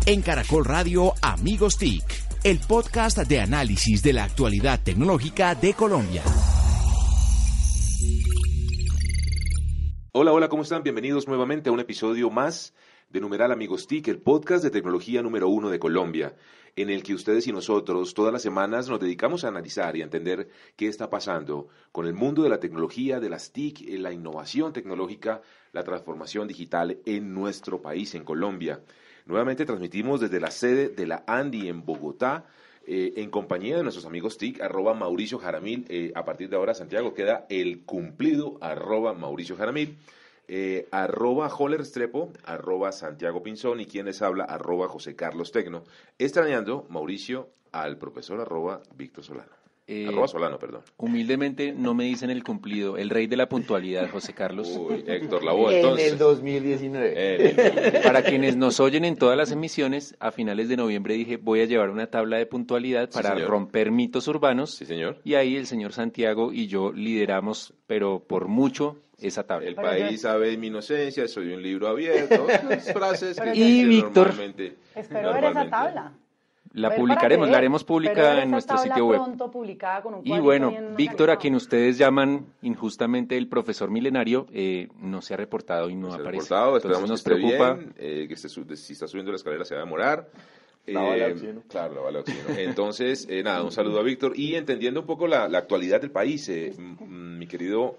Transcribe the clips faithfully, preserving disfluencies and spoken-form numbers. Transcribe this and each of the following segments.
En Caracol Radio, Amigos T I C, el podcast de análisis de la actualidad tecnológica de Colombia. Hola, hola, ¿cómo están? Bienvenidos nuevamente a un episodio más de Numeral Amigos T I C, el podcast de tecnología número uno de Colombia, en el que ustedes y nosotros todas las semanas nos dedicamos a analizar y a entender qué está pasando con el mundo de la tecnología, de las T I C, la innovación tecnológica, la transformación digital en nuestro país, en Colombia. Nuevamente transmitimos desde la sede de la ANDI en Bogotá, eh, en compañía de nuestros amigos T I C, arroba Mauricio Jaramil. Eh, a partir de ahora, Santiago, queda el cumplido, arroba Mauricio Jaramil. Eh, arroba Joler Strepo, arroba Santiago Pinzón y quien les habla, arroba José Carlos Tecno, extrañando, Mauricio, al profesor arroba Víctor Solano, eh, arroba Solano, perdón. Humildemente no me dicen el cumplido, el rey de la puntualidad, José Carlos. Uy, Héctor Lavoe, entonces. En el dos mil diecinueve. Eh, Para quienes nos oyen en todas las emisiones, a finales de noviembre dije, voy a llevar una tabla de puntualidad para sí, romper mitos urbanos. Sí, señor. Y ahí el señor Santiago y yo lideramos, pero por mucho, esa tabla. El país sabe de mi inocencia, soy un libro abierto, las frases que y Víctor, normalmente, espero ver esa tabla. La publicaremos, la haremos pública en nuestro sitio web. Pronto, publicada con un y bueno, Víctor, a quien ustedes llaman injustamente el profesor milenario, eh, no se ha reportado y no, no se aparece. Reportado, esperamos Entonces nos que esté preocupa. bien, eh, que esté, si está subiendo la escalera se va a demorar. La bala de Eh, oxígeno. claro, la bala de oxígeno. Entonces, eh, nada, un saludo a Víctor. Y entendiendo un poco la, la actualidad del país, eh, m- mi querido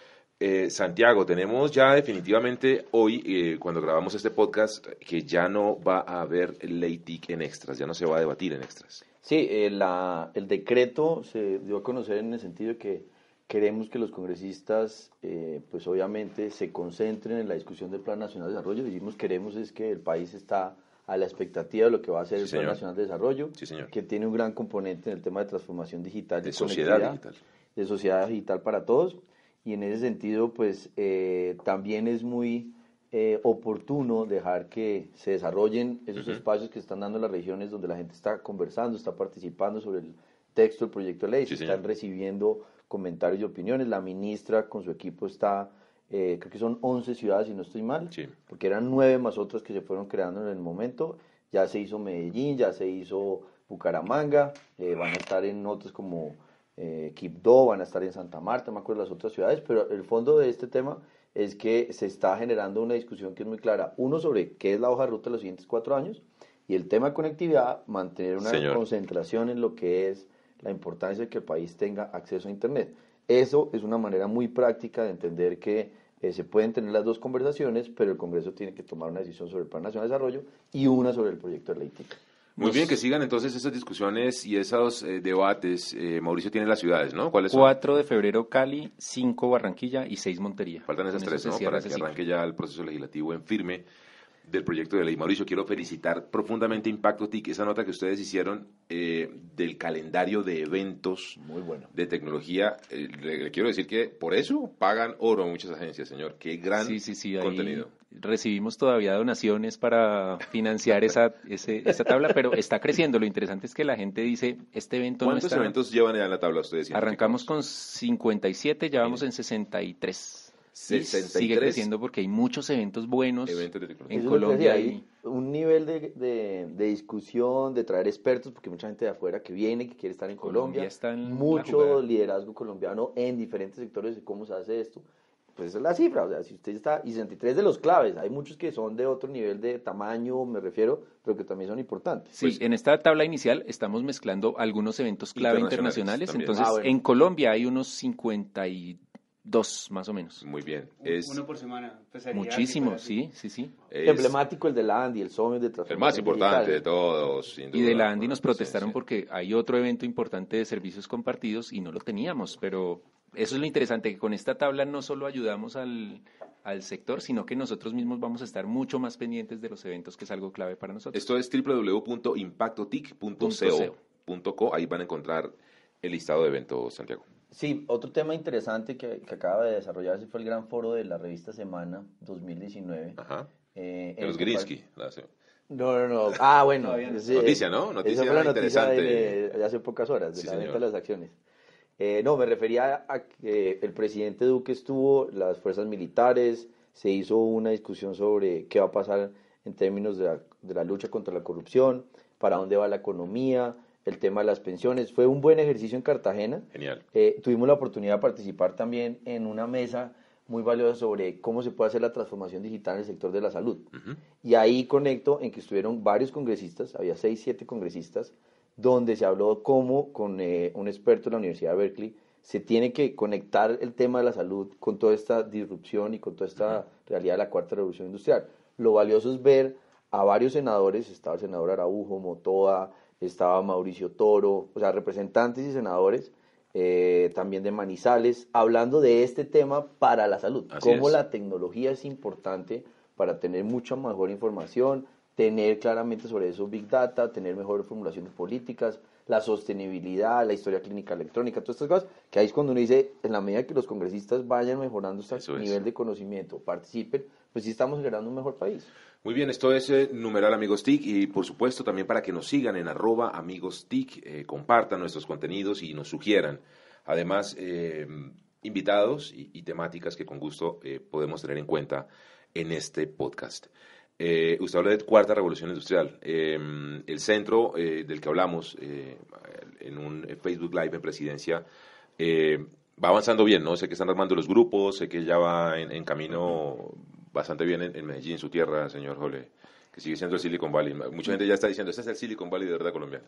eh, Santiago, tenemos ya definitivamente hoy, eh, cuando grabamos este podcast, que ya no va a haber ley T I C en extras, ya no se va a debatir en extras. Sí, eh, la, el decreto se dio a conocer en el sentido de que queremos que los congresistas, eh, pues obviamente, se concentren en la discusión del Plan Nacional de Desarrollo. Dijimos queremos es que el país está a la expectativa de lo que va a ser Sí, el señor. Plan Nacional de Desarrollo, Sí, señor. que tiene un gran componente en el tema de transformación digital, De y sociedad conectividad, digital. de sociedad digital para todos. Y en ese sentido, pues eh, también es muy eh, oportuno dejar que se desarrollen esos Uh-huh. espacios que están dando las regiones donde la gente está conversando, está participando sobre el texto del proyecto de ley, Sí, se están señor. recibiendo comentarios y opiniones. La ministra con su equipo está, eh, creo que son once ciudades, si no estoy mal, Sí. porque eran nueve más otras que se fueron creando en el momento. Ya se hizo Medellín, ya se hizo Bucaramanga, eh, van a estar en otras como eh, Quibdó, van a estar en Santa Marta, no me acuerdo las otras ciudades, pero el fondo de este tema es que se está generando una discusión que es muy clara. Uno, sobre qué es la hoja de ruta de los siguientes cuatro años, y el tema de conectividad, mantener una Señor. concentración en lo que es la importancia de que el país tenga acceso a Internet. Eso es una manera muy práctica de entender que eh, se pueden tener las dos conversaciones, pero el Congreso tiene que tomar una decisión sobre el Plan Nacional de Desarrollo y una sobre el proyecto de ley T I C. Muy bien, que sigan entonces esas discusiones y esos eh, debates. Eh, Mauricio tiene las ciudades, ¿no? ¿Cuáles son? cuatro de febrero Cali, cinco Barranquilla y seis Montería. Faltan esas Con tres, eso se ¿no? cierra Para ese que ciclo. arranque ya el proceso legislativo en firme del proyecto de ley. Mauricio, quiero felicitar profundamente Impacto T I C, esa nota que ustedes hicieron eh, del calendario de eventos Muy bueno. de tecnología. Eh, le, le quiero decir que por eso pagan oro muchas agencias, señor. Qué gran Sí, sí, sí, ahí contenido. recibimos todavía donaciones para financiar esa, ese, esa tabla, pero está creciendo. Lo interesante es que la gente dice, este evento no ¿Cuántos está... eventos llevan ya en la tabla ustedes? Arrancamos con cincuenta y siete, ya vamos en sesenta y tres. Y sesenta y sigue tres creciendo porque hay muchos eventos buenos eventos de tecnología. en Eso es lo que Colombia. decía, y- hay un nivel de, de, de discusión, de traer expertos, porque mucha gente de afuera que viene, que quiere estar en Colombia Colombia, está en la mucho jugada. liderazgo colombiano en diferentes sectores de cómo se hace esto. Pues esa es la cifra, o sea, si usted está, y sesenta y tres de los claves, hay muchos que son de otro nivel de tamaño, me refiero, pero que también son importantes. Sí, Pues- en esta tabla inicial estamos mezclando algunos eventos clave Internacionales internacionales. también. Entonces, Ah, bueno. en Colombia hay unos cincuenta y dos más o menos. Muy bien. Un- Es Uno por semana. Pues sería Muchísimo, algo así. sí, sí, sí. es Emblemático el de la ANDI, el Summit de el transformación más importante de digital. todos, sin Y de duda. la Andy nos protestaron Sí, sí. porque hay otro evento importante de servicios compartidos y no lo teníamos, pero eso es lo interesante, que con esta tabla no solo ayudamos al, al sector, sino que nosotros mismos vamos a estar mucho más pendientes de los eventos, que es algo clave para nosotros. Esto es doble u doble u doble u punto impacto tic punto co. Ahí van a encontrar el listado de eventos, Santiago. Sí, otro tema interesante que, que acaba de desarrollarse fue el gran foro de la revista Semana dos mil diecinueve. Ajá. Eh, De en los el que Grinsky. par- la- No, no, no. Ah, bueno. Todavía no. ese- Noticia, ¿no? Noticia esa fue la noticia interesante. de, de hace pocas horas, de Sí, la señor. venta de las acciones. Eh, no, me refería a que el presidente Duque estuvo, las fuerzas militares, se hizo una discusión sobre qué va a pasar en términos de la, de la lucha contra la corrupción, para dónde va la economía, el tema de las pensiones. Fue un buen ejercicio en Cartagena. Genial. Eh, tuvimos la oportunidad de participar también en una mesa muy valiosa sobre cómo se puede hacer la transformación digital en el sector de la salud. Uh-huh. Y ahí conecto en que estuvieron varios congresistas, había seis, siete congresistas, donde se habló cómo con eh, un experto de la Universidad de Berkeley se tiene que conectar el tema de la salud con toda esta disrupción y con toda esta uh-huh. realidad de la cuarta revolución industrial. Lo valioso es ver a varios senadores, estaba el senador Araujo, Motoa, estaba Mauricio Toro, o sea, representantes y senadores, eh, también de Manizales, hablando de este tema para la salud, Así cómo es. la tecnología es importante para tener mucha mejor información, tener claramente sobre eso Big Data, tener mejor formulación de políticas, la sostenibilidad, la historia clínica electrónica, todas estas cosas, que ahí es cuando uno dice, en la medida que los congresistas vayan mejorando este Eso nivel es. de conocimiento, participen, pues sí estamos generando un mejor país. Muy bien, esto es eh, numeral Amigos TIC y por supuesto también para que nos sigan en arroba Amigos TIC, eh, compartan nuestros contenidos y nos sugieran. Además, eh, invitados y, y temáticas que con gusto eh, podemos tener en cuenta en este podcast. Eh, usted habla de cuarta revolución industrial. Eh, el centro eh, del que hablamos eh, en un Facebook Live en Presidencia eh, va avanzando bien, ¿no? Sé que están armando los grupos, sé que ya va en, en camino bastante bien en, en Medellín, su tierra, señor Jole, que sigue siendo el Silicon Valley. Mucha gente ya está diciendo, este es el Silicon Valley de verdad colombiano.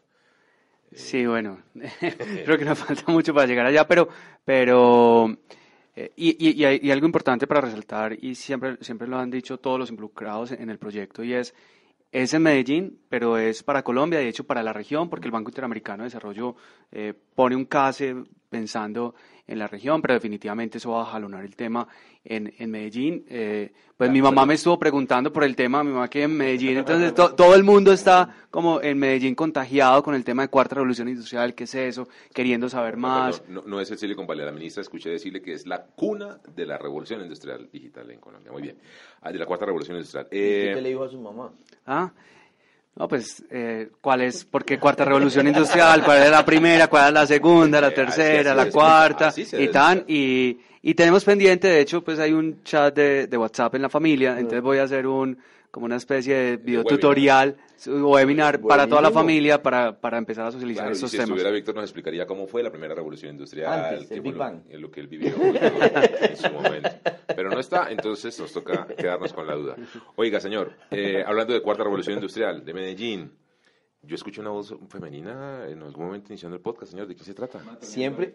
Sí, bueno, creo que nos falta mucho para llegar allá, pero, pero eh, y, y, y, hay, y algo importante para resaltar, y siempre, siempre lo han dicho todos los involucrados en el proyecto, y es, es en Medellín, pero es para Colombia, de hecho para la región, porque el Banco Interamericano de Desarrollo eh, pone un CASE pensando en la región, pero definitivamente eso va a jalonar el tema en, en Medellín. Eh, pues mi mamá me estuvo preguntando por el tema, mi mamá que en Medellín, entonces to, todo el mundo está como en Medellín contagiado con el tema de cuarta revolución industrial, ¿qué es eso? Queriendo saber más. No, no, no es el Silicon Valley, la ministra escuché decirle que es la cuna de la revolución industrial digital en Colombia. Muy bien, ah, de la cuarta revolución industrial. Eh, eh, ¿Qué le dijo a su mamá? Ah, no, pues, eh, ¿cuál es? ¿Por qué cuarta revolución industrial? ¿Cuál es la primera? ¿Cuál es la segunda? ¿La tercera? así ¿La se cuarta? despliega, Y tan, y, y tenemos pendiente, de hecho, pues hay un chat de, de WhatsApp en la familia, entonces voy a hacer un, como una especie de videotutorial, webinar para toda la familia para, para empezar a socializar claro, estos y si temas. estuviera Víctor nos explicaría cómo fue la primera revolución industrial, Antes, el qué Big fue Bang. Lo, lo que él vivió en su momento. Pero no está, entonces nos toca quedarnos con la duda. Oiga, señor, eh, hablando de cuarta revolución industrial, de Medellín, yo escuché una voz femenina en algún momento iniciando el podcast, señor, ¿de qué se trata? Siempre,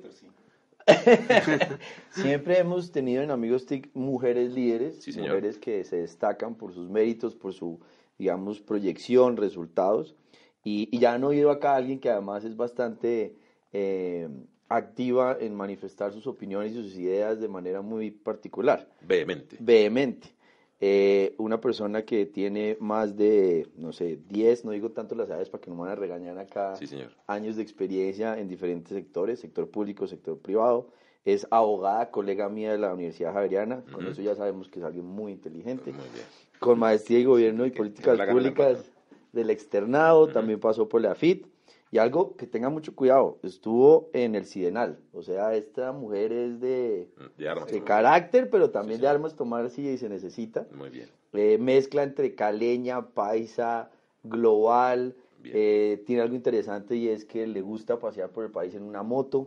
siempre hemos tenido en Amigos TIC mujeres líderes, Sí, señor. mujeres que se destacan por sus méritos, por su, digamos, proyección, resultados, y, y ya han oído acá a alguien que además es bastante eh, activa en manifestar sus opiniones y sus ideas de manera muy particular, Vehemente. vehemente. Eh, una persona que tiene más de, no sé, diez, no digo tanto las edades para que no me van a regañar acá, Sí, señor. años de experiencia en diferentes sectores, sector público, sector privado, es abogada, colega mía de la Universidad Javeriana, con Ujú. eso ya sabemos que es alguien muy inteligente, Muy bien. con maestría en gobierno y Que- políticas que la gana la públicas mano. del externado, Ujú. también pasó por la A F I T, y algo que tenga mucho cuidado, estuvo en el Sidenal, o sea, esta mujer es de, De armas. de carácter, pero también Sí, de señor. armas tomar si se necesita. Muy bien. Eh, mezcla entre caleña, paisa, global, Bien. eh, tiene algo interesante y es que le gusta pasear por el país en una moto,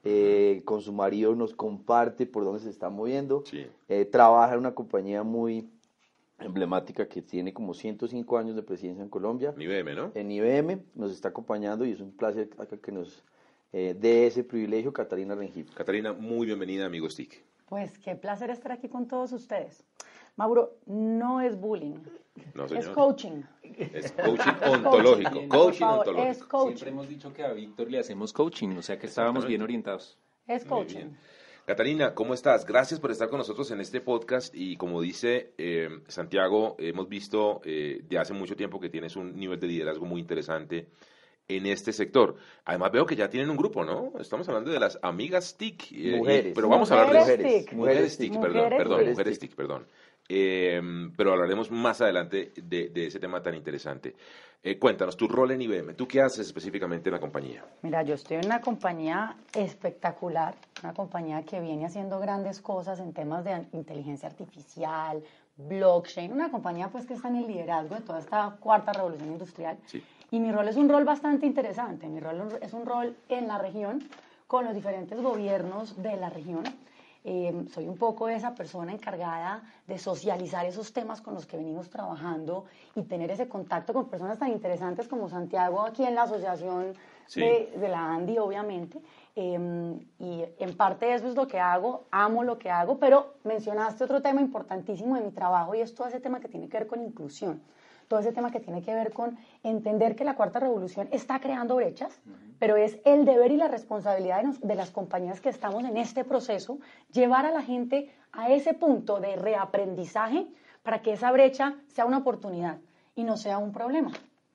eh, con su marido nos comparte por dónde se está moviendo, Sí. eh, trabaja en una compañía muy emblemática que tiene como ciento cinco años de presidencia en Colombia, Ni B M, ¿no? en I B M, nos está acompañando y es un placer acá que nos eh, dé ese privilegio, Catalina Rengifo. Catalina, muy bienvenida, amigos TIC. Pues qué placer estar aquí con todos ustedes. Mauro, no es bullying, No, señor. es coaching. Es coaching ontológico. Por Coaching favor, ontológico. es coaching. Siempre hemos dicho que a Víctor le hacemos coaching, o sea que estábamos bien orientados. Es Muy coaching. bien. Catalina, ¿cómo estás? Gracias por estar con nosotros en este podcast y como dice eh, Santiago, hemos visto eh, de hace mucho tiempo que tienes un nivel de liderazgo muy interesante en este sector. Además veo que ya tienen un grupo, ¿no? Estamos hablando de las amigas TIC. eh, y- Mujeres. pero vamos a hablar de Mujeres mujeres, TIC. Mujeres TIC, perdón, Mujeres perdón, TIC. mujeres TIC, perdón. Eh, pero hablaremos más adelante de, de ese tema tan interesante. Eh, cuéntanos, tu rol en I B M, ¿tú qué haces específicamente en la compañía? Mira, yo estoy en una compañía espectacular, una compañía que viene haciendo grandes cosas en temas de inteligencia artificial, blockchain, una compañía pues que está en el liderazgo de toda esta cuarta revolución industrial. Sí. Y mi rol es un rol bastante interesante. Mi rol es un rol en la región, con los diferentes gobiernos de la región. Eh, soy un poco esa persona encargada de socializar esos temas con los que venimos trabajando y tener ese contacto con personas tan interesantes como Santiago aquí en la asociación sí. de, de la ANDI, obviamente. Eh, y en parte eso es lo que hago, amo lo que hago, pero mencionaste otro tema importantísimo de mi trabajo y es todo ese tema que tiene que ver con inclusión. Todo ese tema que tiene que ver con entender que la cuarta revolución está creando brechas, uh-huh. pero es el deber y la responsabilidad de, nos, de las compañías que estamos en este proceso, llevar a la gente a ese punto de reaprendizaje para que esa brecha sea una oportunidad y no sea un problema.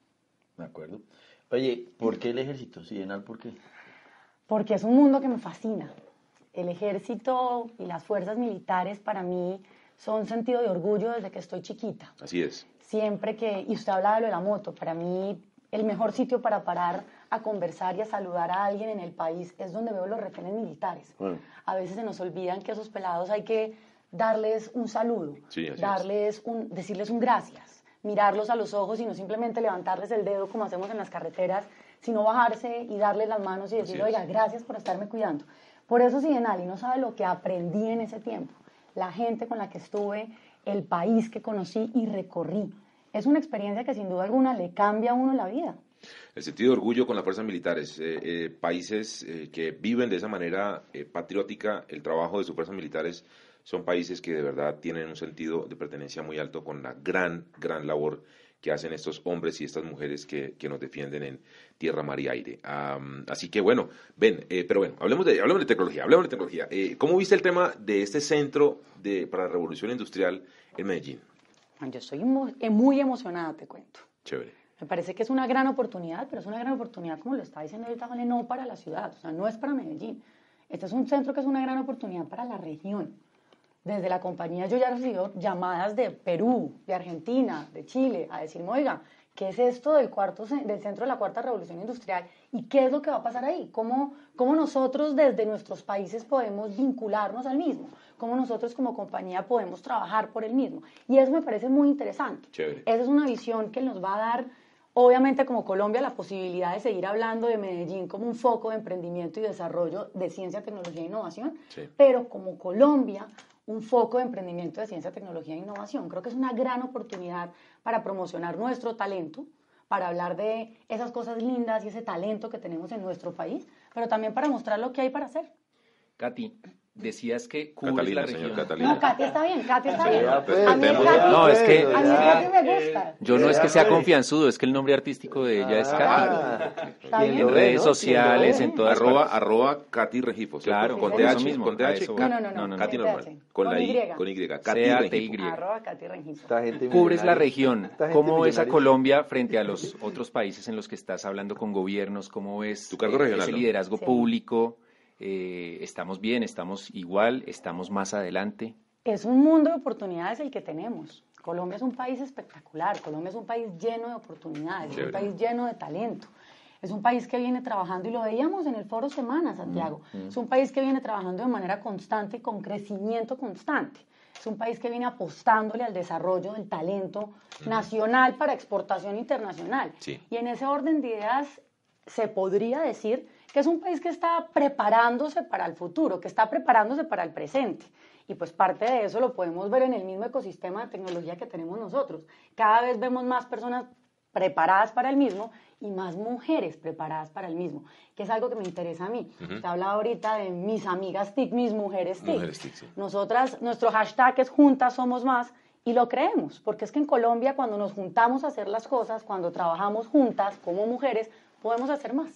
De acuerdo. Oye, ¿por qué el ejército? Sidenal, ¿por qué? Porque es un mundo que me fascina. El ejército y las fuerzas militares para mí son sentido de orgullo desde que estoy chiquita. Así es. Siempre que, y usted hablaba de lo de la moto, para mí el mejor sitio para parar a conversar y a saludar a alguien en el país es donde veo los retenes militares. Bueno. A veces se nos olvidan que a esos pelados hay que darles un saludo, sí, darles un, decirles un gracias, mirarlos a los ojos y no simplemente levantarles el dedo como hacemos en las carreteras, sino bajarse y darles las manos y decir, oiga, gracias por estarme cuidando. Por eso Sidenal, y no sabe lo que aprendí en ese tiempo, la gente con la que estuve, el país que conocí y recorrí. Es una experiencia que sin duda alguna le cambia a uno la vida. El sentido de orgullo con las fuerzas militares, eh, eh, países eh, que viven de esa manera eh, patriótica el trabajo de sus fuerzas militares son países que de verdad tienen un sentido de pertenencia muy alto con la gran, gran labor que hacen estos hombres y estas mujeres que, que nos defienden en tierra, mar y aire. Um, así que bueno, ven, eh, pero bueno, hablemos de, hablemos de tecnología, hablemos de tecnología. Eh, ¿Cómo viste el tema de este centro de, para la revolución industrial en Medellín? Yo estoy muy emocionada, te cuento. Chévere. Me parece que es una gran oportunidad, pero es una gran oportunidad, como lo está diciendo ahorita, Jole, no para la ciudad, o sea, no es para Medellín. Este es un centro que es una gran oportunidad para la región. Desde la compañía yo ya he recibido llamadas de Perú, de Argentina, de Chile, a decirme, oiga, ¿qué es esto del, cuarto, del centro de la cuarta revolución industrial? ¿Y qué es lo que va a pasar ahí? ¿Cómo, cómo nosotros desde nuestros países podemos vincularnos al mismo? ¿Cómo nosotros como compañía podemos trabajar por el mismo? Y eso me parece muy interesante. Chévere. Esa es una visión que nos va a dar, obviamente como Colombia, la posibilidad de seguir hablando de Medellín como un foco de emprendimiento y desarrollo de ciencia, tecnología e innovación, sí. pero como Colombia, un foco de emprendimiento de ciencia, tecnología e innovación. Creo que es una gran oportunidad para promocionar nuestro talento, para hablar de esas cosas lindas y ese talento que tenemos en nuestro país, pero también para mostrar lo que hay para hacer. Katy, decías que cubres Catalina, la región. Señor Catalina. No, Katy está bien, Katy está Sí, bien. pues, A mí pues, Katy, no, es que- a mí Katy me gusta. Yo no es que sea confianzudo, es que el nombre artístico de ella es Katy. Ah, Está ¿quién bien. lo En ve, redes no? sociales, ¿Quién en lo ve? todas Arroba, partes. arroba Katy Regifo, ¿cierto? Claro, con por T eso H, mismo, con T a H, eso No, voy. no, no, no, no, Katy con normal, T H, con con la Y. I, con Y, Katy C A T Regifo. Y. Arroba Katy Rengifo. Esta gente Cubres la millonaria. región. Esta gente ¿Cómo ves a millonaria. Colombia frente a los otros países en los que estás hablando con gobiernos? ¿Cómo ves Tu cargo eh, regional, ese ¿no? liderazgo Sí. público? Eh, ¿Estamos bien? ¿Estamos igual? ¿Estamos más adelante? Es un mundo de oportunidades el que tenemos. Colombia es un país espectacular, Colombia es un país lleno de oportunidades, es Chévere. un país lleno de talento. Es un país que viene trabajando, y lo veíamos en el Foro Semana, Santiago, es un país que viene trabajando de manera constante, con crecimiento constante. Es un país que viene apostándole al desarrollo del talento nacional para exportación internacional. Sí. Y en ese orden de ideas se podría decir que es un país que está preparándose para el futuro, que está preparándose para el presente. Y pues parte de eso lo podemos ver en el mismo ecosistema de tecnología que tenemos nosotros. Cada vez vemos más personas preparadas para el mismo y más mujeres preparadas para el mismo, que es algo que me interesa a mí. Ujú. Usted hablaba ahorita de mis amigas TIC, mis mujeres TIC. Mujeres TIC, sí. Nosotras, nuestro hashtag es Juntas Somos Más, y lo creemos, porque es que en Colombia cuando nos juntamos a hacer las cosas, cuando trabajamos juntas como mujeres, podemos hacer más.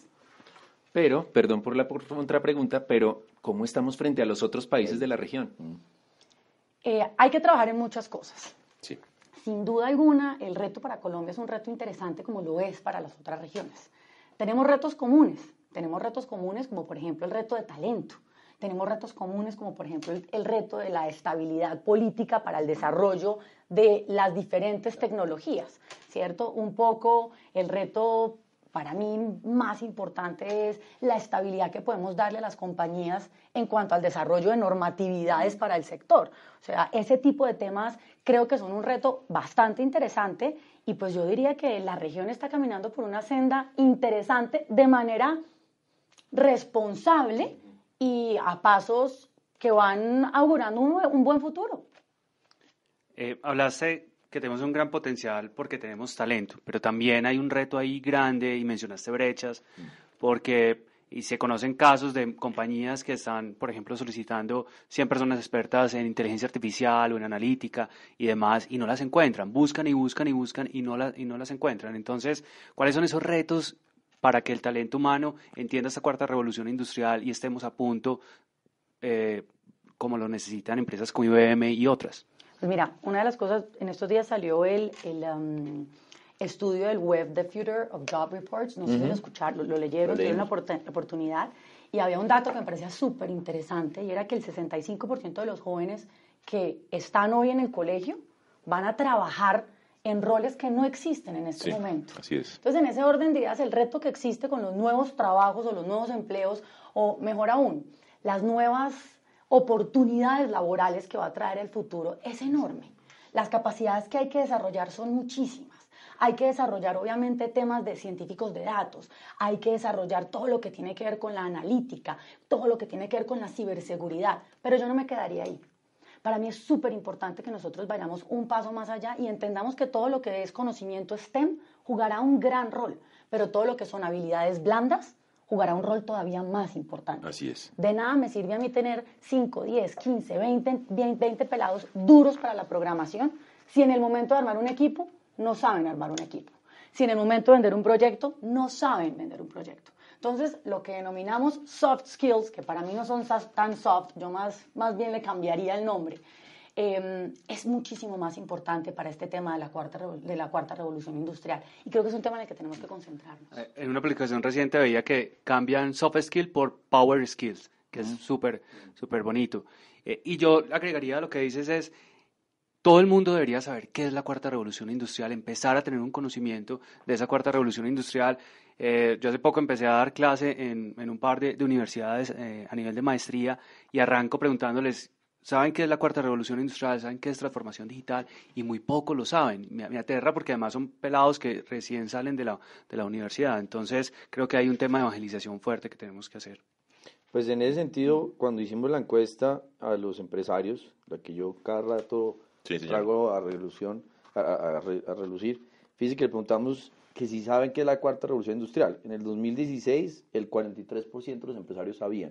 Pero, perdón por la contrapregunta, pero ¿cómo estamos frente a los otros países de la región? Eh, hay que trabajar en muchas cosas. Sí. Sin duda alguna, el reto para Colombia es un reto interesante como lo es para las otras regiones. Tenemos retos comunes, tenemos retos comunes como por ejemplo el reto de talento, tenemos retos comunes como por ejemplo el, el reto de la estabilidad política para el desarrollo de las diferentes tecnologías, ¿cierto? Un poco el reto para mí más importante es la estabilidad que podemos darle a las compañías en cuanto al desarrollo de normatividades para el sector. O sea, ese tipo de temas creo que son un reto bastante interesante y pues yo diría que la región está caminando por una senda interesante de manera responsable y a pasos que van augurando un, un buen futuro. Eh, hablaste que tenemos un gran potencial porque tenemos talento, pero también hay un reto ahí grande y mencionaste brechas, porque y se conocen casos de compañías que están, por ejemplo, solicitando cien personas expertas en inteligencia artificial o en analítica y demás, y no las encuentran, buscan y buscan y buscan y no, la, y no las encuentran. Entonces, ¿cuáles son esos retos para que el talento humano entienda esta cuarta revolución industrial y estemos a punto, eh, como lo necesitan empresas como I B M y otras? Pues mira, una de las cosas, en estos días salió el, el um, estudio del Web, The Future of Job Reports, no sé uh-huh. si lo escucharon, lo, lo leyeron, lo tuvieron la, oport- la oportunidad, y había un dato que me parecía súper interesante, y era que el sesenta y cinco por ciento de los jóvenes que están hoy en el colegio van a trabajar en roles que no existen en este sí, momento. Así es. Entonces, en ese orden de ideas, el reto que existe con los nuevos trabajos o los nuevos empleos, o mejor aún, las nuevas oportunidades laborales que va a traer el futuro es enorme. Las capacidades que hay que desarrollar son muchísimas. Hay que desarrollar obviamente temas de científicos de datos, hay que desarrollar todo lo que tiene que ver con la analítica, todo lo que tiene que ver con la ciberseguridad, pero yo no me quedaría ahí. Para mí es súper importante que nosotros vayamos un paso más allá y entendamos que todo lo que es conocimiento STEM jugará un gran rol, pero todo lo que son habilidades blandas jugará un rol todavía más importante. Así es. De nada me sirve a mí tener cinco, diez, quince, veinte, veinte pelados duros para la programación si en el momento de armar un equipo no saben armar un equipo. Si en el momento de vender un proyecto no saben vender un proyecto. Entonces, lo que denominamos soft skills, que para mí no son tan soft, yo más, más bien le cambiaría el nombre, eh, es muchísimo más importante para este tema de la, cuarta, de la cuarta revolución industrial. Y creo que es un tema en el que tenemos que concentrarnos. En una publicación reciente veía que cambian soft skill por power skills, que es súper, súper bonito. Eh, y yo agregaría lo que dices es, todo el mundo debería saber qué es la cuarta revolución industrial, empezar a tener un conocimiento de esa cuarta revolución industrial. Eh, yo hace poco empecé a dar clase en, en un par de, de universidades eh, a nivel de maestría y arranco preguntándoles, ¿saben qué es la cuarta revolución industrial? ¿Saben qué es transformación digital? Y muy poco lo saben. Me, me aterra porque además son pelados que recién salen de la, de la universidad. Entonces creo que hay un tema de evangelización fuerte que tenemos que hacer. Pues en ese sentido, cuando hicimos la encuesta a los empresarios, la que yo cada rato sí, traigo a, revolución, a, a, a relucir, fíjense que le preguntamos que si saben qué es la cuarta revolución industrial. En el dos mil dieciséis, el cuarenta y tres por ciento de los empresarios sabían.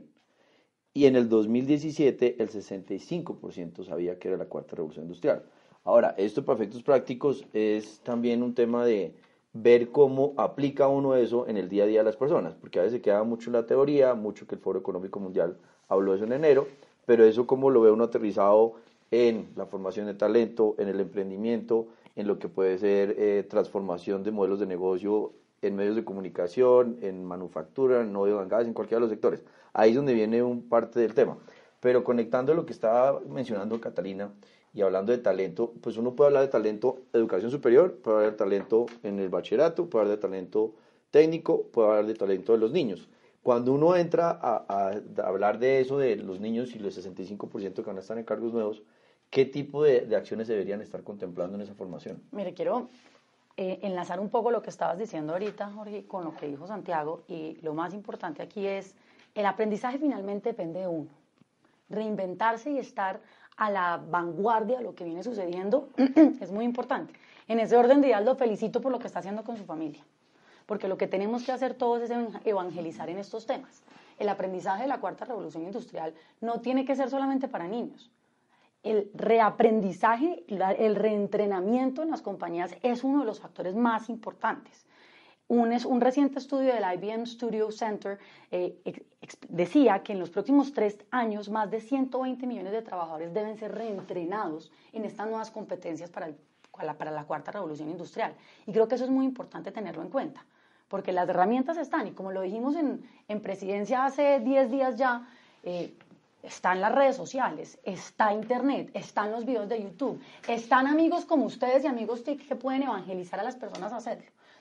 Y en el dos mil diecisiete, el sesenta y cinco por ciento sabía que era la cuarta revolución industrial. Ahora, esto para efectos prácticos es también un tema de ver cómo aplica uno eso en el día a día de las personas, porque a veces se queda mucho en la teoría, mucho que el Foro Económico Mundial habló de eso en enero, pero eso cómo lo ve uno aterrizado en la formación de talento, en el emprendimiento, en lo que puede ser eh, transformación de modelos de negocio en medios de comunicación, en manufactura, en oil and gas, en cualquiera de los sectores. Ahí es donde viene un parte del tema. Pero conectando lo que estaba mencionando Catalina y hablando de talento, pues uno puede hablar de talento de educación superior, puede hablar de talento en el bachillerato, puede hablar de talento técnico, puede hablar de talento de los niños. Cuando uno entra a, a, a hablar de eso, de los niños y los sesenta y cinco por ciento que van a estar en cargos nuevos, ¿qué tipo de, de acciones deberían estar contemplando en esa formación? Mire, quiero eh, enlazar un poco lo que estabas diciendo ahorita, Jorge, con lo que dijo Santiago, y lo más importante aquí es, el aprendizaje finalmente depende de uno. Reinventarse y estar a la vanguardia de lo que viene sucediendo es muy importante. En ese orden de ideas lo felicito por lo que está haciendo con su familia, porque lo que tenemos que hacer todos es evangelizar en estos temas. El aprendizaje de la cuarta revolución industrial no tiene que ser solamente para niños. El reaprendizaje, el reentrenamiento en las compañías es uno de los factores más importantes. Un, es, un reciente estudio del I B M Studio Center eh, ex, decía que en los próximos tres años más de ciento veinte millones de trabajadores deben ser reentrenados en estas nuevas competencias para, el, para, la, para la cuarta revolución industrial. Y creo que eso es muy importante tenerlo en cuenta, porque las herramientas están, y como lo dijimos en, en Presidencia hace diez días ya, eh, están las redes sociales, está Internet, están los videos de YouTube, están amigos como ustedes y amigos TIC que pueden evangelizar a las personas a hacerlo.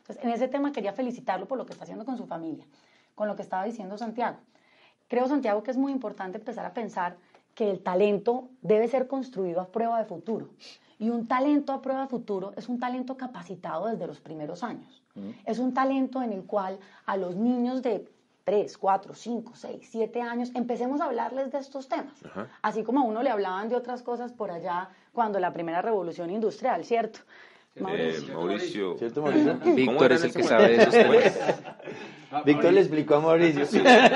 Entonces, en ese tema quería felicitarlo por lo que está haciendo con su familia, con lo que estaba diciendo Santiago. Creo, Santiago, que es muy importante empezar a pensar que el talento debe ser construido a prueba de futuro. Y un talento a prueba de futuro es un talento capacitado desde los primeros años. Mm. Es un talento en el cual a los niños de tres, cuatro, cinco, seis, siete años empecemos a hablarles de estos temas. Ajá. Así como a uno le hablaban de otras cosas por allá cuando la primera revolución industrial, ¿cierto? Mauricio. Eh, Mauricio. ¿Cierto, Mauricio? Víctor es el que sabe de esos temas. Víctor le explicó a Mauricio.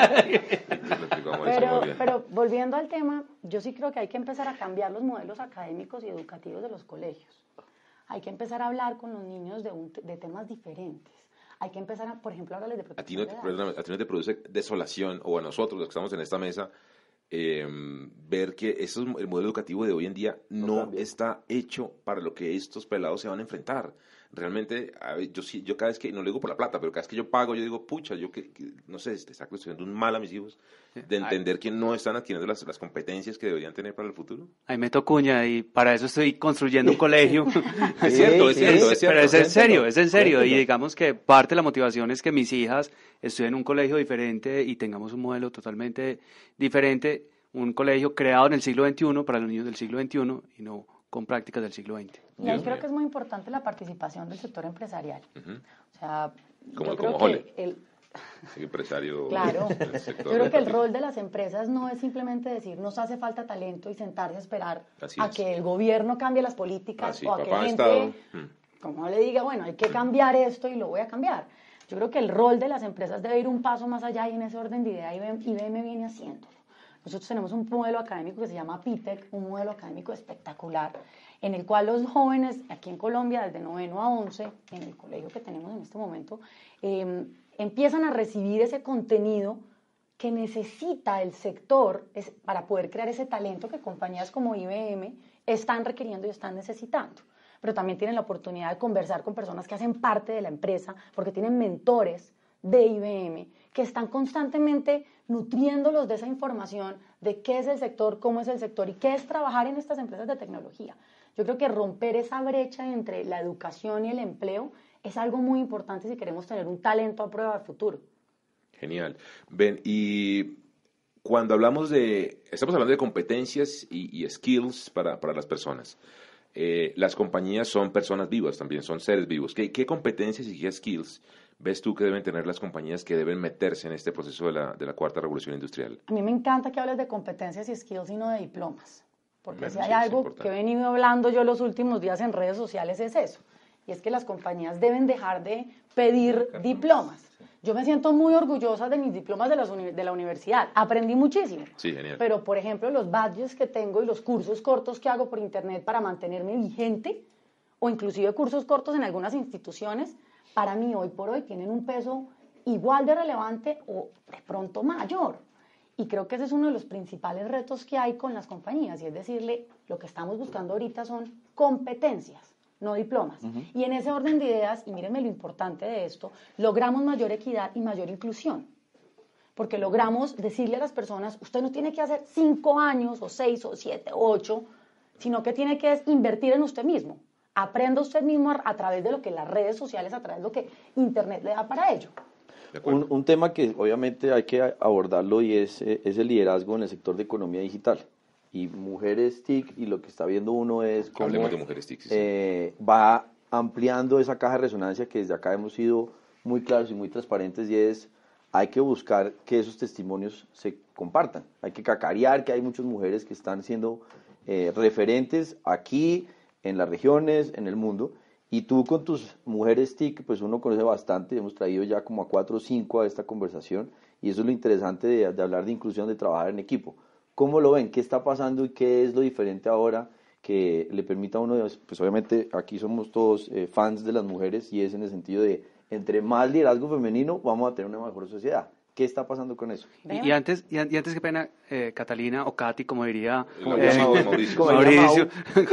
Pero, pero volviendo al tema, yo sí creo que hay que empezar a cambiar los modelos académicos y educativos de los colegios. Hay que empezar a hablar con los niños de, un, de temas diferentes. Hay que empezar, a, por ejemplo, a hablarles de protección. A ti no te, perdóname, a ti no te produce desolación, o a nosotros, los que estamos en esta mesa, eh, ver que eso, el modelo educativo de hoy en día no, no está hecho para lo que estos pelados se van a enfrentar. Realmente, a ver, yo sí, yo cada vez que, no lo digo por la plata, pero cada vez que yo pago, yo digo, pucha, yo que, que no sé, te está construyendo un mal a mis hijos, de entender Ay. que no están adquiriendo las, las competencias que deberían tener para el futuro. Ahí meto cuña y para eso estoy construyendo un colegio. Es cierto, es cierto, es cierto. Pero es en serio, es en serio. Y digamos que parte de la motivación es que mis hijas estudien en un colegio diferente y tengamos un modelo totalmente diferente, un colegio creado en el siglo veintiuno para los niños del siglo veintiuno y no con prácticas del siglo veinte. Y ahí creo que es muy importante la participación del sector empresarial. Uh-huh. O sea, como, yo creo como que el, el empresario claro, del sector. Yo creo que el rol de las empresas no es simplemente decir nos hace falta talento y sentarse a esperar Así a es. que el gobierno cambie las políticas Así, o a que la gente, como le diga, bueno, hay que cambiar esto y lo voy a cambiar. Yo creo que el rol de las empresas debe ir un paso más allá y en ese orden de idea I B M viene haciéndolo. Nosotros tenemos un modelo académico que se llama P I T E C, un modelo académico espectacular, en el cual los jóvenes aquí en Colombia, desde noveno a once, en el colegio que tenemos en este momento, eh, empiezan a recibir ese contenido que necesita el sector es, para poder crear ese talento que compañías como I B M están requiriendo y están necesitando. Pero también tienen la oportunidad de conversar con personas que hacen parte de la empresa, porque tienen mentores de I B M que están constantemente nutriéndolos de esa información de qué es el sector, cómo es el sector y qué es trabajar en estas empresas de tecnología. Yo creo que romper esa brecha entre la educación y el empleo es algo muy importante si queremos tener un talento a prueba de futuro. Genial. Ben, y cuando hablamos de, estamos hablando de competencias y, y skills para, para las personas. Eh, las compañías son personas vivas también, son seres vivos. ¿Qué, qué competencias y qué skills ves tú que deben tener las compañías que deben meterse en este proceso de la, de la cuarta revolución industrial? A mí me encanta que hables de competencias y skills y no de diplomas, porque bueno, si hay sí, algo que he venido hablando yo los últimos días en redes sociales es eso, y es que las compañías deben dejar de pedir diplomas. Yo me siento muy orgullosa de mis diplomas de, las uni- de la universidad, aprendí muchísimo, sí, genial. Pero por ejemplo los badges que tengo y los cursos cortos que hago por internet para mantenerme vigente, o inclusive cursos cortos en algunas instituciones, para mí hoy por hoy tienen un peso igual de relevante o de pronto mayor. Y creo que ese es uno de los principales retos que hay con las compañías, y es decirle, lo que estamos buscando ahorita son competencias, no diplomas. Uh-huh. Y en ese orden de ideas, y mírenme lo importante de esto, logramos mayor equidad y mayor inclusión. Porque logramos decirle a las personas, usted no tiene que hacer cinco años, o seis, o siete, o ocho, sino que tiene que invertir en usted mismo. Aprenda usted mismo a, a través de lo que las redes sociales, a través de lo que Internet le da para ello. Un, un tema que obviamente hay que abordarlo y es, es el liderazgo en el sector de economía digital. Y Mujeres T I C, y lo que está viendo uno es cómo Hablemos de Mujeres T I C, sí, eh, va ampliando esa caja de resonancia que desde acá hemos sido muy claros y muy transparentes, y es, hay que buscar que esos testimonios se compartan. Hay que cacarear que hay muchas mujeres que están siendo eh, referentes aquí, en las regiones, en el mundo, y tú con tus Mujeres T I C, pues uno conoce bastante, hemos traído ya como a cuatro o cinco a esta conversación, y eso es lo interesante de, de hablar de inclusión, de trabajar en equipo. ¿Cómo lo ven? ¿Qué está pasando y qué es lo diferente ahora que le permita a uno, pues obviamente aquí somos todos eh, fans de las mujeres, y es en el sentido de, entre más liderazgo femenino, vamos a tener una mejor sociedad? ¿Qué está pasando con eso? Y, y antes, y, y antes qué pena, eh, Catalina o Katy, como diría como eh, Mauricio. Mauricio.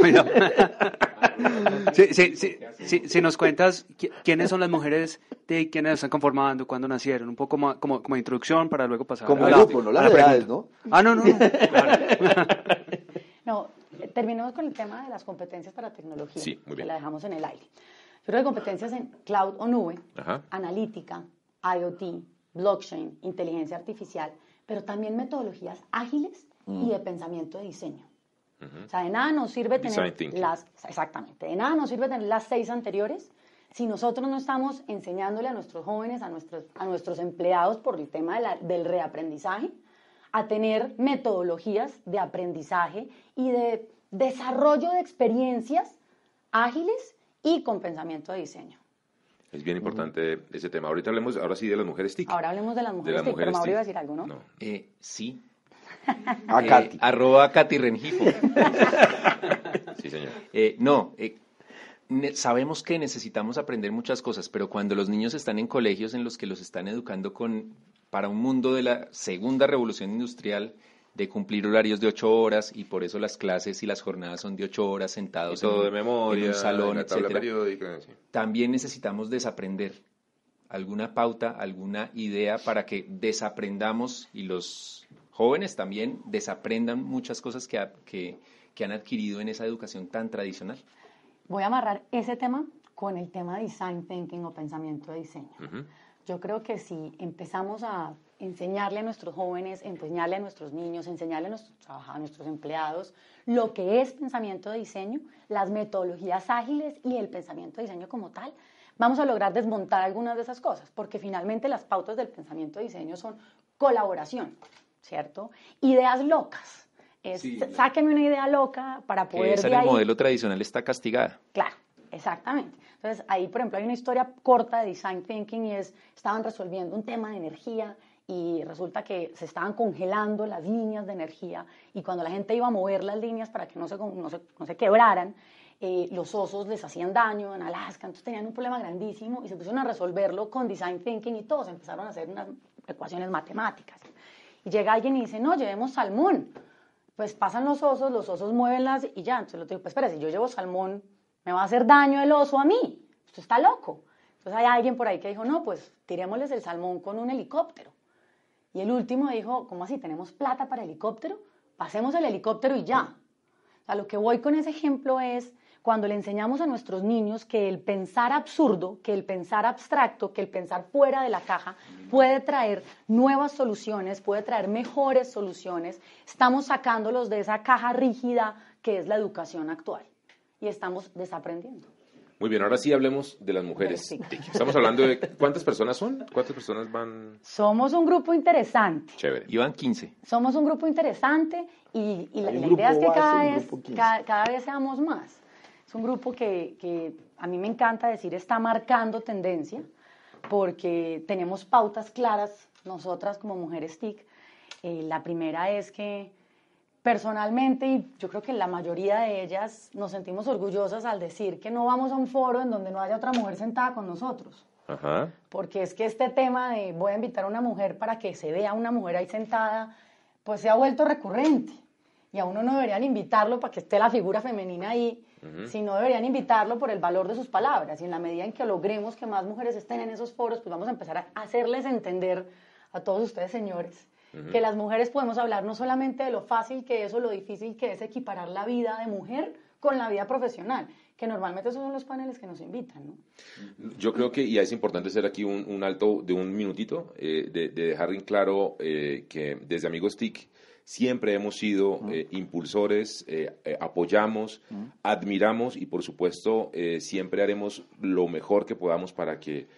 sí, sí, sí, sí, si nos cuentas quiénes son las mujeres de quiénes están conformando, cuándo nacieron, un poco como, como, como introducción para luego pasar como a la, grupo, no las edades, ¿no? Ah, no, no. no. Claro. No, terminemos con el tema de las competencias para tecnología, sí, muy bien. que la dejamos en el aire. Pero de competencias en cloud o nube, Ajá. analítica, IoT, blockchain, inteligencia artificial, pero también metodologías ágiles mm. y de pensamiento de diseño. Uh-huh. O sea, de nada nos sirve Design tener thinking. las, exactamente, de nada nos sirve tener las seis anteriores si nosotros no estamos enseñándole a nuestros jóvenes, a nuestros, a nuestros empleados por el tema de la, del reaprendizaje, a tener metodologías de aprendizaje y de desarrollo de experiencias ágiles y con pensamiento de diseño. Es bien importante uh-huh. ese tema. Ahorita hablemos, ahora sí, de las mujeres TIC. Ahora hablemos de las mujeres de las TIC, mujeres pero Mauro TIC. iba a decir algo, ¿no? No. Eh, sí. A Eh, Katy. arroba Katy Rengifo. Sí, señor. Eh, no, eh, ne- sabemos que necesitamos aprender muchas cosas, pero cuando los niños están en colegios en los que los están educando con, para un mundo de la segunda revolución industrial, de cumplir horarios de ocho horas, y por eso las clases y las jornadas son de ocho horas sentados Y todo en, de memoria, en un salón, la tabla etcétera. periódica. Sí. También necesitamos desaprender alguna pauta, alguna idea para que desaprendamos y los jóvenes también desaprendan muchas cosas que, ha- que, que han adquirido en esa educación tan tradicional. Voy a amarrar ese tema con el tema de design thinking o pensamiento de diseño. Uh-huh. Yo creo que si empezamos a enseñarle a nuestros jóvenes, enseñarle a nuestros niños, enseñarle a nuestros trabajadores, a nuestros empleados lo que es pensamiento de diseño, las metodologías ágiles y el pensamiento de diseño como tal, vamos a lograr desmontar algunas de esas cosas, porque finalmente las pautas del pensamiento de diseño son colaboración, ¿cierto? Ideas locas. Es, Sí. sáquenme una idea loca para Que poder esa de en el ahí... modelo tradicional está castigada. Claro, exactamente. Entonces, ahí, por ejemplo, hay una historia corta de Design Thinking y es, estaban resolviendo un tema de energía y resulta que se estaban congelando las líneas de energía y cuando la gente iba a mover las líneas para que no se, no se, no se quebraran, eh, los osos les hacían daño en Alaska, entonces tenían un problema grandísimo y se pusieron a resolverlo con Design Thinking y todos empezaron a hacer unas ecuaciones matemáticas. Y llega alguien y dice, no, llevemos salmón. Pues pasan los osos, los osos mueven las y ya. Entonces lo digo, pues espera, si yo llevo salmón, me va a hacer daño el oso a mí. Esto está loco. Entonces hay alguien por ahí que dijo, no, pues tirémosles el salmón con un helicóptero. Y el último dijo, ¿cómo así? ¿Tenemos plata para helicóptero? Pasemos el helicóptero y ya. O sea, lo que voy con ese ejemplo es cuando le enseñamos a nuestros niños que el pensar absurdo, que el pensar abstracto, que el pensar fuera de la caja puede traer nuevas soluciones, puede traer mejores soluciones, estamos sacándolos de esa caja rígida que es la educación actual y estamos desaprendiendo. Muy bien, ahora sí hablemos de las mujeres Sí. TIC. Estamos hablando de cuántas personas son, cuántas personas van. Somos un grupo interesante. Chévere. Iban quince. Somos un grupo interesante y, y la, Hay y un la idea es que grupo cada base y un vez, grupo quince. cada, cada vez seamos más. Es un grupo que, que a mí me encanta decir está marcando tendencia porque tenemos pautas claras nosotras como mujeres TIC. Eh, la primera es que personalmente, y yo creo que la mayoría de ellas nos sentimos orgullosas al decir que no vamos a un foro en donde no haya otra mujer sentada con nosotros. Ajá. Porque es que este tema de voy a invitar a una mujer para que se vea una mujer ahí sentada, pues se ha vuelto recurrente. Y a uno no deberían invitarlo para que esté la figura femenina ahí, uh-huh. sino deberían invitarlo por el valor de sus palabras. Y en la medida en que logremos que más mujeres estén en esos foros, pues vamos a empezar a hacerles entender a todos ustedes, señores, uh-huh. que las mujeres podemos hablar no solamente de lo fácil que es o lo difícil que es equiparar la vida de mujer con la vida profesional, que normalmente esos son los paneles que nos invitan, ¿no? Yo creo que ya es importante hacer aquí un, un alto de un minutito, eh, de, de dejar en claro eh, que desde Amigos TIC siempre hemos sido eh, impulsores, eh, eh, apoyamos, uh-huh. admiramos y por supuesto eh, siempre haremos lo mejor que podamos para que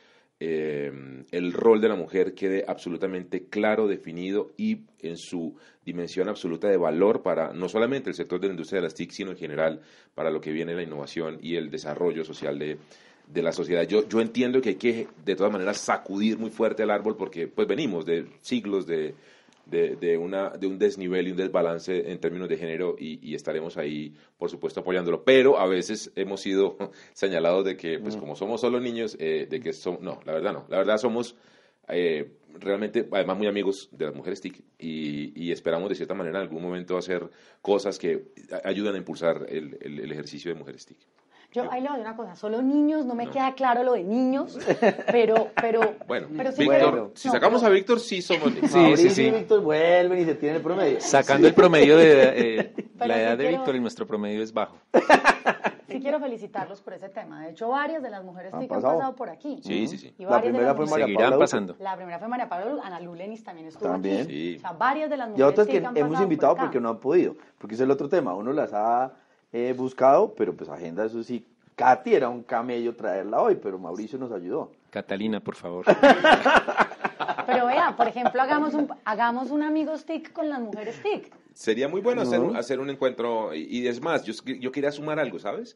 eh, el rol de la mujer quede absolutamente claro, definido y en su dimensión absoluta de valor para no solamente el sector de la industria de las TIC, sino en general para lo que viene la innovación y el desarrollo social de, de la sociedad. Yo, yo entiendo que hay que de todas maneras sacudir muy fuerte el árbol porque pues venimos de siglos de De, de, una, de un desnivel y un desbalance en términos de género y, y estaremos ahí, por supuesto, apoyándolo. Pero a veces hemos sido señalados de que, pues como somos solo niños, eh, de que somos... No, la verdad no. La verdad somos eh, realmente, además, muy amigos de las mujeres TIC y, y esperamos de cierta manera en algún momento hacer cosas que ayuden a impulsar el, el, el ejercicio de mujeres TIC. Yo ahí le doy una cosa, solo niños, no me no. queda claro lo de niños, pero, pero, bueno, pero sí, Víctor, pero, si no, sacamos pero, a Víctor, sí somos niños. Sí, sí, sí. Y Víctor vuelven y se tiene el promedio. Sacando sí. el promedio de eh, Pero la edad sí de quiero... Víctor y nuestro promedio es bajo. sí quiero felicitarlos por ese tema. De hecho, varias de las mujeres Han TIC han pasado. pasado por aquí. Sí, sí, sí. Y La varias de primera las fue mujeres- María Seguirán Paula Duque. pasando. La primera fue María Paula, Ana Lulenis también estuvo También. aquí. Sí. O sea, varias de las Y mujeres otras que TIC han hemos pasado invitado por acá. porque no han podido, porque ese es el otro tema, uno las ha eh, buscado, pero pues agenda, eso sí, Katy era un camello traerla hoy, pero Mauricio nos ayudó. Catalina, por favor. Pero vea, por ejemplo, hagamos un, hagamos un amigos TIC con las mujeres TIC. Sería muy bueno No. hacer, un, hacer un encuentro, y, y es más, yo, yo quería sumar algo, ¿sabes?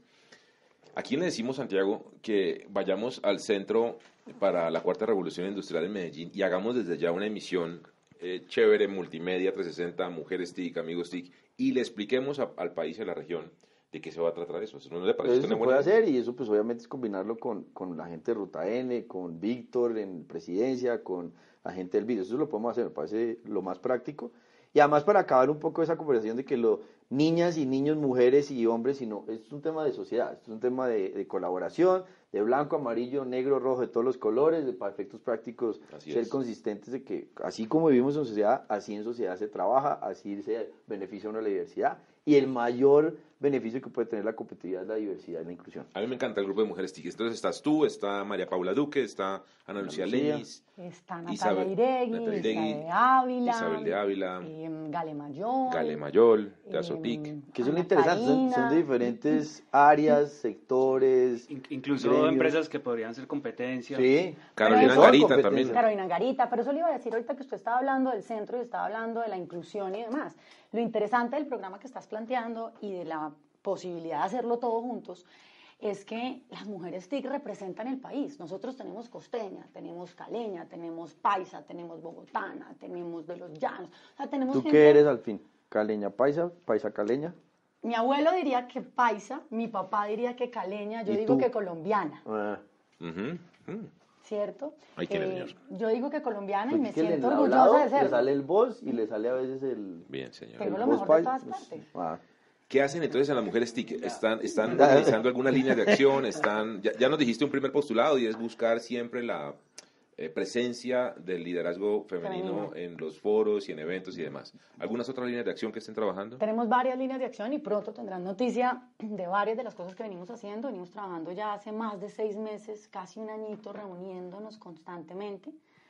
Aquí le decimos, Santiago, que vayamos al centro para la Cuarta Revolución Industrial en Medellín y hagamos desde ya una emisión eh, chévere, multimedia, trescientos sesenta, mujeres TIC, amigos TIC, y le expliquemos a- al país y a la región de qué se va a tratar eso. ¿Eso no le parece Eso se una puede buena idea? hacer y eso pues obviamente es combinarlo con, con la gente de Ruta N, con Víctor en presidencia, con la gente del video. Eso lo podemos hacer, me parece lo más práctico. Y además para acabar un poco esa conversación de que lo, niñas y niños, mujeres y hombres, sino es un tema de sociedad, es un tema de, de colaboración, de blanco, amarillo, negro, rojo, de todos los colores, de, para efectos prácticos, Así ser es. consistentes de que así como vivimos en sociedad, así en sociedad se trabaja, así se beneficia uno de la diversidad. Y el mayor beneficio que puede tener la competitividad es la diversidad y la inclusión. A mí me encanta el grupo de mujeres TIC. Entonces estás tú, está María Paula Duque, está Ana Lucía Lucía. Lenis, Está Natalia Isabel- Iregui, Natalia Isabel Iregui, de Ávila, Isabel de Ávila, em, Gale Mayol, Gale Mayol, de em, Azotic. Que son Ana interesantes, son, Karina. son de diferentes áreas, sectores. In- Incluso gremios. empresas que podrían ser competencia. Sí. Carolina Pero eso- Angarita competencia. también. Carolina Angarita, pero eso le iba a decir ahorita que usted estaba hablando del centro y estaba hablando de la inclusión y demás. Lo interesante del programa que estás planteando y de la posibilidad de hacerlo todos juntos es que las mujeres TIC representan el país. Nosotros tenemos costeña, tenemos caleña, tenemos paisa, tenemos bogotana, tenemos de los llanos. O sea, tenemos ¿Tú gente- qué eres al fin? ¿Caleña paisa? ¿Paisa caleña? Mi abuelo diría que paisa, mi papá diría que caleña, yo ¿Y digo tú? que colombiana, Ah, Ujú, ujú. ¿cierto? Ahí tiene, Eh, señor. yo digo que colombiana y porque me es que en siento el orgullosa hablado de le serlo. sale el voz y le sale a veces el, Bien, señor. Tengo el lo voz mejor de paisa. todas partes. Ah. ¿Qué hacen entonces a las mujeres TIC? ¿Están, están organizando algunas líneas de acción? Están, ya, ya nos dijiste un primer postulado y es buscar siempre la eh, presencia del liderazgo femenino Femenino. en los foros y en eventos y demás. ¿Algunas otras líneas de acción que estén trabajando? Tenemos varias líneas de acción y pronto tendrán noticia de varias de las cosas que venimos haciendo. Venimos trabajando ya hace más de seis meses, casi un añito, reuniéndonos constantemente,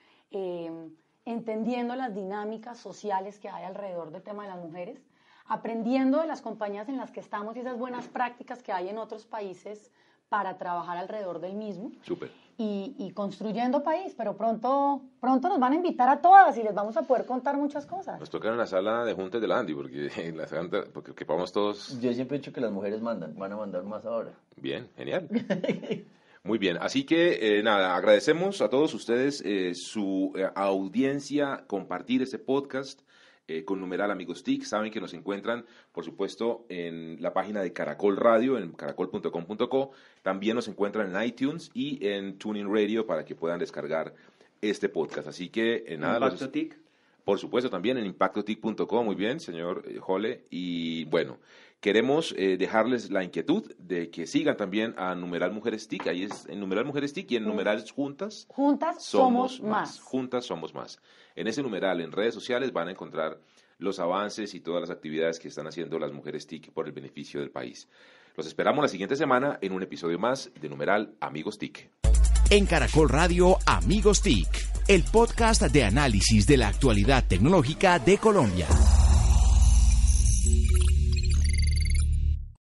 eh, entendiendo las dinámicas sociales que hay alrededor del tema de las mujeres, aprendiendo de las compañías en las que estamos y esas buenas prácticas que hay en otros países para trabajar alrededor del mismo. Súper. Y, y construyendo país, pero pronto, pronto nos van a invitar a todas y les vamos a poder contar muchas cosas. Nos toca en la sala de juntas de la Andy, porque, en la sala- porque que vamos todos Yo siempre he dicho que las mujeres mandan, van a mandar más ahora. bien, genial. Muy bien, así que eh, nada, agradecemos a todos ustedes eh, su eh, audiencia, compartir este podcast eh, con numeral Amigos TIC. Saben que nos encuentran, por supuesto, en la página de Caracol Radio, en caracol punto com punto co. También nos encuentran en iTunes y en TuneIn Radio para que puedan descargar este podcast. Así que eh, nada, los- Impacto TIC. por supuesto, también en impacto tic punto com, muy bien, señor eh, Jole. Y bueno, queremos eh, dejarles la inquietud de que sigan también a Numeral Mujeres TIC. Ahí es en Numeral Mujeres TIC y en Numeral Juntas Juntas somos, somos más. Juntas somos más. En ese numeral, en redes sociales, van a encontrar los avances y todas las actividades que están haciendo las mujeres TIC por el beneficio del país. Los esperamos la siguiente semana en un episodio más de Numeral Amigos TIC. En Caracol Radio Amigos TIC, el podcast de análisis de la actualidad tecnológica de Colombia.